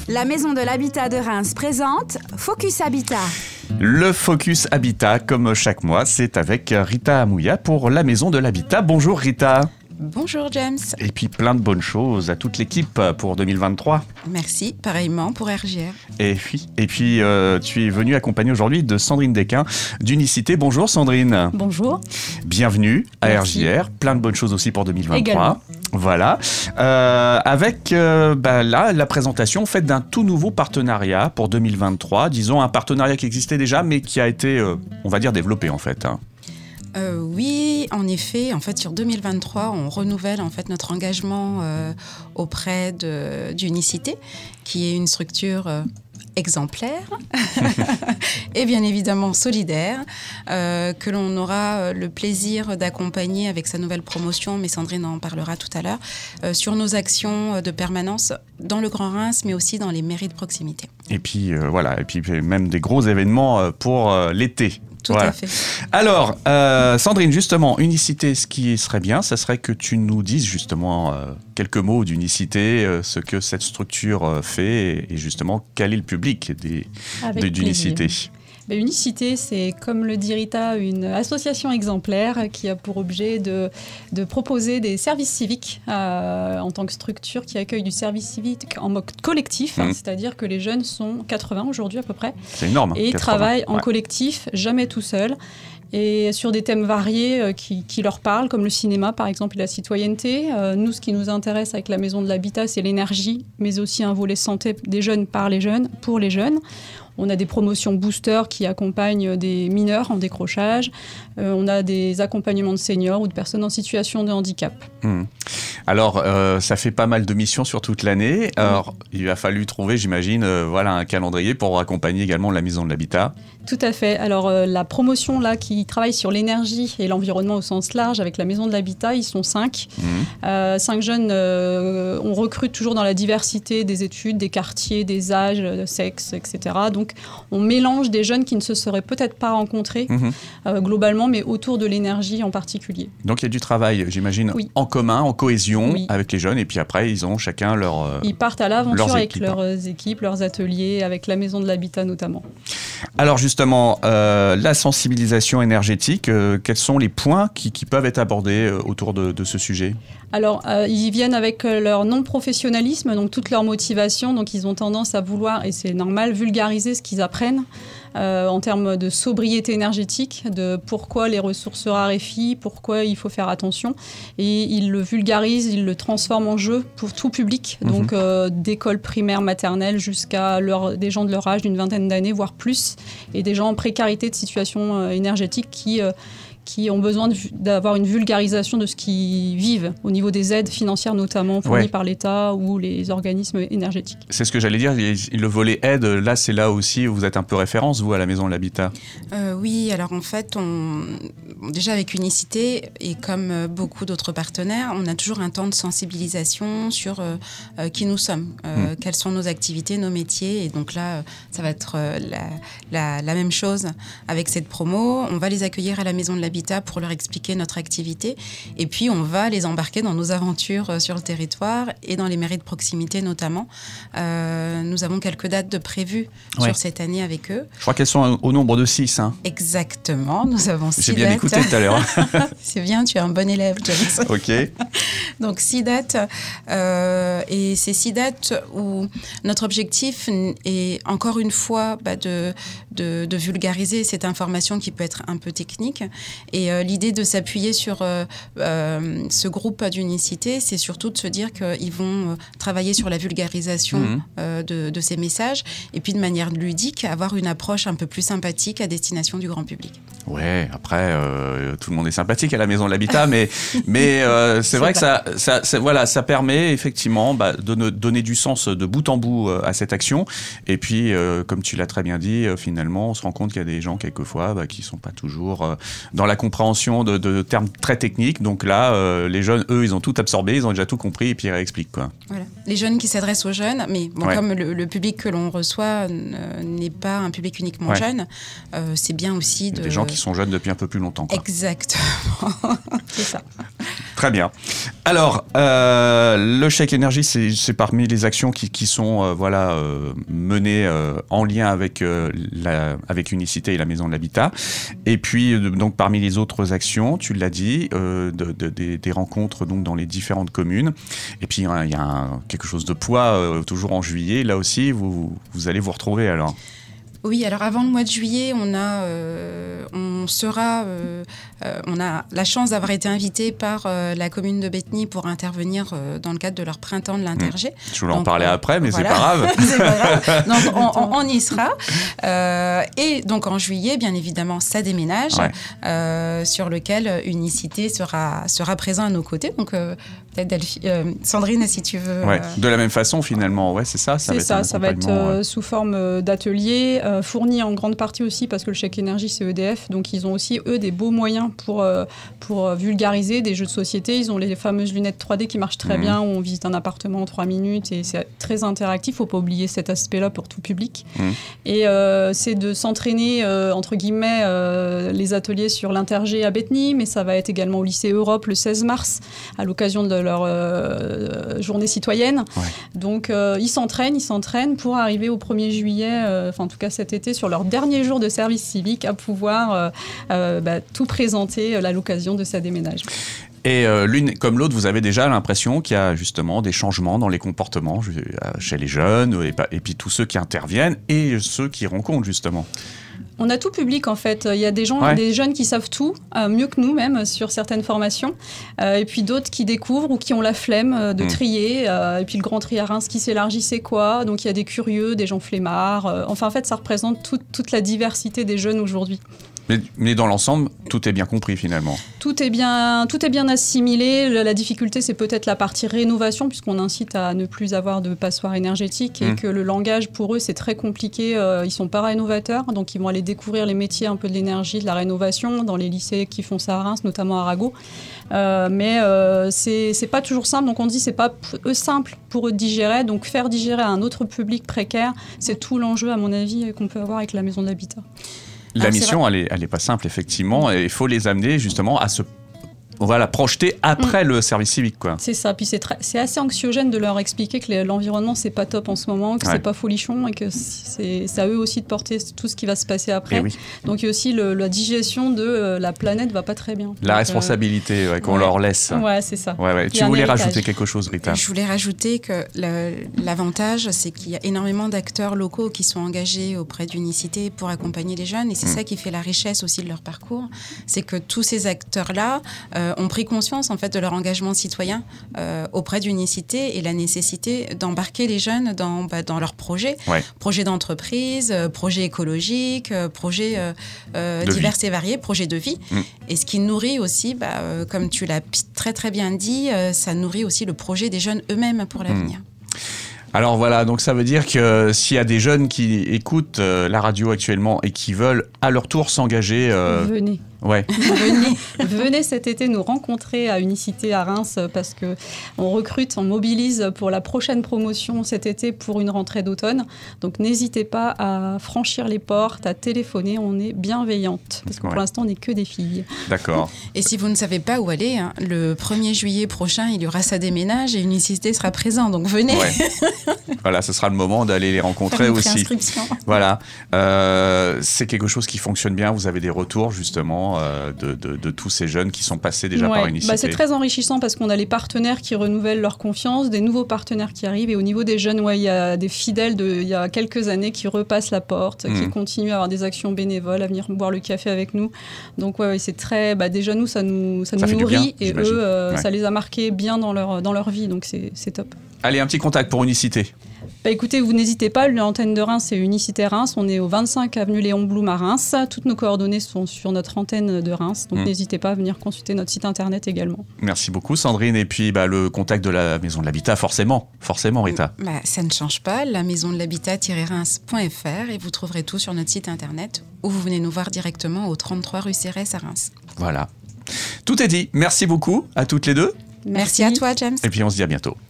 La Maison de l'Habitat de Reims présente Focus Habitat. Le Focus Habitat, comme chaque mois, c'est avec Rita Amouya pour la Maison de l'Habitat. Bonjour Rita. Bonjour James. Et puis plein de bonnes choses à toute l'équipe pour 2023. Merci, pareillement pour RGR. Et puis tu es venue accompagnée aujourd'hui de Sandrine Desquin d'Unicité. Bonjour Sandrine. Bonjour. Bienvenue à Merci. RJR. Plein de bonnes choses aussi pour 2023. Également. Voilà. Avec là, la présentation faite d'un tout nouveau partenariat pour 2023. Disons un partenariat qui existait déjà, mais qui a été, on va dire, développé en fait. Oui, en effet, sur 2023, on renouvelle notre engagement auprès d'Unicité, qui est une structure exemplaire et bien évidemment solidaire, que l'on aura le plaisir d'accompagner avec sa nouvelle promotion, mais Sandrine en parlera tout à l'heure, sur nos actions de permanence dans le Grand Reims, mais aussi dans les mairies de proximité. Et puis voilà, et puis même des gros événements pour l'été. Tout voilà. à fait. Alors, Sandrine, justement, Unicité, ce qui serait bien, ça serait que tu nous dises justement quelques mots d'Unicité, ce que cette structure fait et justement quel est le public d'Unicité. Unicité, c'est, comme le dit Rita, une association exemplaire qui a pour objet de proposer des services civiques en tant que structure qui accueille du service civique en mode collectif, c'est-à-dire que les jeunes sont 80 aujourd'hui à peu près. C'est énorme. Et ils 80. travaillent en collectif, jamais tout seuls. Et sur des thèmes variés qui leur parlent, comme le cinéma par exemple et la citoyenneté. Nous, ce qui nous intéresse avec la Maison de l'Habitat, c'est l'énergie, mais aussi un volet santé des jeunes par les jeunes, pour les jeunes. On a des promotions booster qui accompagnent des mineurs en décrochage. On a des accompagnements de seniors ou de personnes en situation de handicap. Alors, ça fait pas mal de missions sur toute l'année. Alors, il a fallu trouver, j'imagine, un calendrier pour accompagner également la Maison de l'Habitat. Tout à fait. Alors, la promotion là, qui travaille sur l'énergie et l'environnement au sens large avec la Maison de l'Habitat, ils sont 5. 5 jeunes, on recrute toujours dans la diversité des études, des quartiers, des âges, sexes, etc. Donc, on mélange des jeunes qui ne se seraient peut-être pas rencontrés globalement, mais autour de l'énergie en particulier. Donc, il y a du travail, j'imagine, en commun, en cohésion avec les jeunes. Et puis après, ils ont chacun leur Ils partent à l'aventure avec équipes, leurs équipes, leurs ateliers, avec la Maison de l'Habitat notamment. Alors justement, la sensibilisation énergétique, quels sont les points qui peuvent être abordés autour de ce sujet ? Alors, ils viennent avec leur non-professionnalisme, donc toute leur motivation. Donc, ils ont tendance à vouloir, et c'est normal, vulgariser ce qu'ils apprennent en termes de sobriété énergétique, de pourquoi les ressources se raréfient, pourquoi il faut faire attention. Et ils le vulgarisent, ils le transforment en jeu pour tout public, donc d'école primaire, maternelle, jusqu'à des gens de leur âge, d'une vingtaine d'années, voire plus, et des gens en précarité de situation énergétique qui ont besoin d'avoir une vulgarisation de ce qu'ils vivent au niveau des aides financières notamment fournies par l'État ou les organismes énergétiques. C'est ce que j'allais dire, le volet aide, là c'est là aussi où vous êtes un peu référence, vous, à la Maison de l'Habitat. Oui, alors en fait, déjà avec Unicité et comme beaucoup d'autres partenaires, on a toujours un temps de sensibilisation sur qui nous sommes, quelles sont nos activités, nos métiers. Et donc là, ça va être la même chose avec cette promo. On va les accueillir à la Maison de l'Habitat pour leur expliquer notre activité. Et puis, on va les embarquer dans nos aventures sur le territoire et dans les mairies de proximité notamment. Nous avons quelques dates de prévues sur cette année avec eux. Je crois qu'elles sont au nombre de 6. Exactement, nous avons 6 dates. J'ai bien écouté tout à l'heure. C'est bien, tu es un bon élève, James. Ok. Donc 6 dates. Et ces 6 dates où notre objectif est encore une fois de vulgariser cette information qui peut être un peu technique. Et l'idée de s'appuyer sur ce groupe d'Unicité, c'est surtout de se dire qu'ils vont travailler sur la vulgarisation de ces messages et puis de manière ludique, avoir une approche un peu plus sympathique à destination du grand public. Ouais, après, tout le monde est sympathique à la Maison de l'Habitat, mais c'est vrai que ça permet effectivement de donner du sens de bout en bout à cette action. Et puis, comme tu l'as très bien dit, finalement, on se rend compte qu'il y a des gens, quelquefois, qui ne sont pas toujours dans la compréhension de termes très techniques. Donc là, les jeunes, eux, ils ont tout absorbé, ils ont déjà tout compris et puis ils réexpliquent, quoi. Voilà. Les jeunes qui s'adressent aux jeunes, mais comme le public que l'on reçoit n'est pas un public uniquement jeune, c'est bien aussi des gens qui sont jeunes depuis un peu plus longtemps, quoi. Exactement. C'est ça. Très bien. Alors, le chèque énergie, c'est parmi les actions qui sont menées en lien avec Unicité et la Maison de l'Habitat. Et puis, donc, parmi les autres actions, tu l'as dit, des rencontres donc, dans les différentes communes. Et puis, il y a quelque chose de poids, toujours en juillet. Là aussi, vous allez vous retrouver alors. Oui, alors avant le mois de juillet, on a la chance d'avoir été invité par la commune de Bétheny pour intervenir dans le cadre de leur printemps de l'Intergé. Je voulais en parler après, mais voilà. C'est pas grave. C'est pas grave. Donc on y sera. Et donc en juillet, bien évidemment, ça déménage, sur lequel Unicité sera présent à nos côtés. Donc peut-être Sandrine, si tu veux. Ouais. De la même façon, finalement, c'est ça. Ça va être sous forme d'atelier. Fourni en grande partie aussi parce que le chèque énergie c'est EDF, donc ils ont aussi eux des beaux moyens pour vulgariser des jeux de société. Ils ont les fameuses lunettes 3D qui marchent très bien, où on visite un appartement en 3 minutes et c'est très interactif. Faut pas oublier cet aspect-là pour tout public. Et c'est de s'entraîner entre guillemets les ateliers sur l'Intergé à Bétheny, mais ça va être également au lycée Europe le 16 mars à l'occasion de leur journée citoyenne. Donc ils s'entraînent pour arriver au 1er juillet, en tout cas cet été, sur leur dernier jour de service civique, à pouvoir tout présenter à l'occasion de sa déménage. Et l'une comme l'autre, vous avez déjà l'impression qu'il y a justement des changements dans les comportements chez les jeunes, et puis tous ceux qui interviennent et ceux qui rencontrent justement. On a tout public en fait. Il y a des jeunes qui savent tout, mieux que nous même sur certaines formations, et puis d'autres qui découvrent ou qui ont la flemme de trier. Et puis le grand tri à Reims qui s'élargit, c'est quoi ? Donc il y a des curieux, des gens flemmards. En fait, ça représente toute la diversité des jeunes aujourd'hui. Mais dans l'ensemble, tout est bien compris finalement. Tout est bien assimilé. La difficulté, c'est peut-être la partie rénovation, puisqu'on incite à ne plus avoir de passoire énergétique et que le langage, pour eux, c'est très compliqué. Ils ne sont pas rénovateurs, donc ils vont aller découvrir les métiers un peu de l'énergie, de la rénovation, dans les lycées qui font ça à Reims, notamment à Arago. Mais c'est pas toujours simple, donc on dit c'est pas simple pour eux de digérer. Donc faire digérer à un autre public précaire, c'est tout l'enjeu, à mon avis, qu'on peut avoir avec la Maison de l'Habitat. La mission, elle est pas simple, effectivement. Et il faut les amener justement à se projeter après le service civique, quoi. C'est ça. Puis c'est assez anxiogène de leur expliquer que l'environnement, c'est pas top en ce moment, que c'est pas folichon et que c'est à eux aussi de porter tout ce qui va se passer après. Donc il y a aussi la digestion de la planète va pas très bien. La responsabilité qu'on leur laisse. Ouais, c'est ça. Tu voulais rajouter quelque chose, Rita ? Je voulais rajouter que l'avantage, c'est qu'il y a énormément d'acteurs locaux qui sont engagés auprès d'Unicité pour accompagner les jeunes, et c'est ça qui fait la richesse aussi de leur parcours. C'est que tous ces acteurs-là ont pris conscience en fait de leur engagement citoyen auprès d'Unicité et la nécessité d'embarquer les jeunes dans leurs projets, projets d'entreprise, projets écologiques, projets divers et variés, projets de vie. Et ce qui nourrit aussi, comme tu l'as très très bien dit, ça nourrit aussi le projet des jeunes eux-mêmes pour l'avenir. Alors voilà, donc ça veut dire que s'il y a des jeunes qui écoutent la radio actuellement et qui veulent à leur tour s'engager... Venez. Venez cet été nous rencontrer à Unicité à Reims, parce qu'on recrute, on mobilise pour la prochaine promotion cet été pour une rentrée d'automne. Donc n'hésitez pas à franchir les portes, à téléphoner, on est bienveillante. Parce que pour l'instant, on n'est que des filles. D'accord. Et si vous ne savez pas où aller, le 1er juillet prochain, il y aura sa déménage et Unicité sera présent. Donc venez. Voilà, ce sera le moment d'aller les rencontrer aussi. Voilà. C'est quelque chose qui fonctionne bien. Vous avez des retours justement de tous ces jeunes qui sont passés déjà par Unicité. C'est très enrichissant parce qu'on a les partenaires qui renouvellent leur confiance, des nouveaux partenaires qui arrivent, et au niveau des jeunes, il y a des fidèles il y a quelques années qui repassent la porte, qui continuent à avoir des actions bénévoles, à venir boire le café avec nous. Donc c'est très... déjà nous, ça nous nourrit, bien, et eux, ça les a marqués bien dans leur vie, donc c'est top. Allez, un petit contact pour Unicité. Écoutez, vous n'hésitez pas, l'antenne de Reims, c'est Unicité Reims. On est au 25 avenue Léon Blum à Reims. Toutes nos coordonnées sont sur notre antenne de Reims. Donc n'hésitez pas à venir consulter notre site internet également. Merci beaucoup, Sandrine. Et puis le contact de la Maison de l'Habitat, forcément, Rita. Ça ne change pas, la maison de l'habitat-reims.fr, et vous trouverez tout sur notre site internet, ou vous venez nous voir directement au 33 rue Cérès à Reims. Voilà. Tout est dit. Merci beaucoup à toutes les deux. Merci à toi, James. Et puis on se dit à bientôt.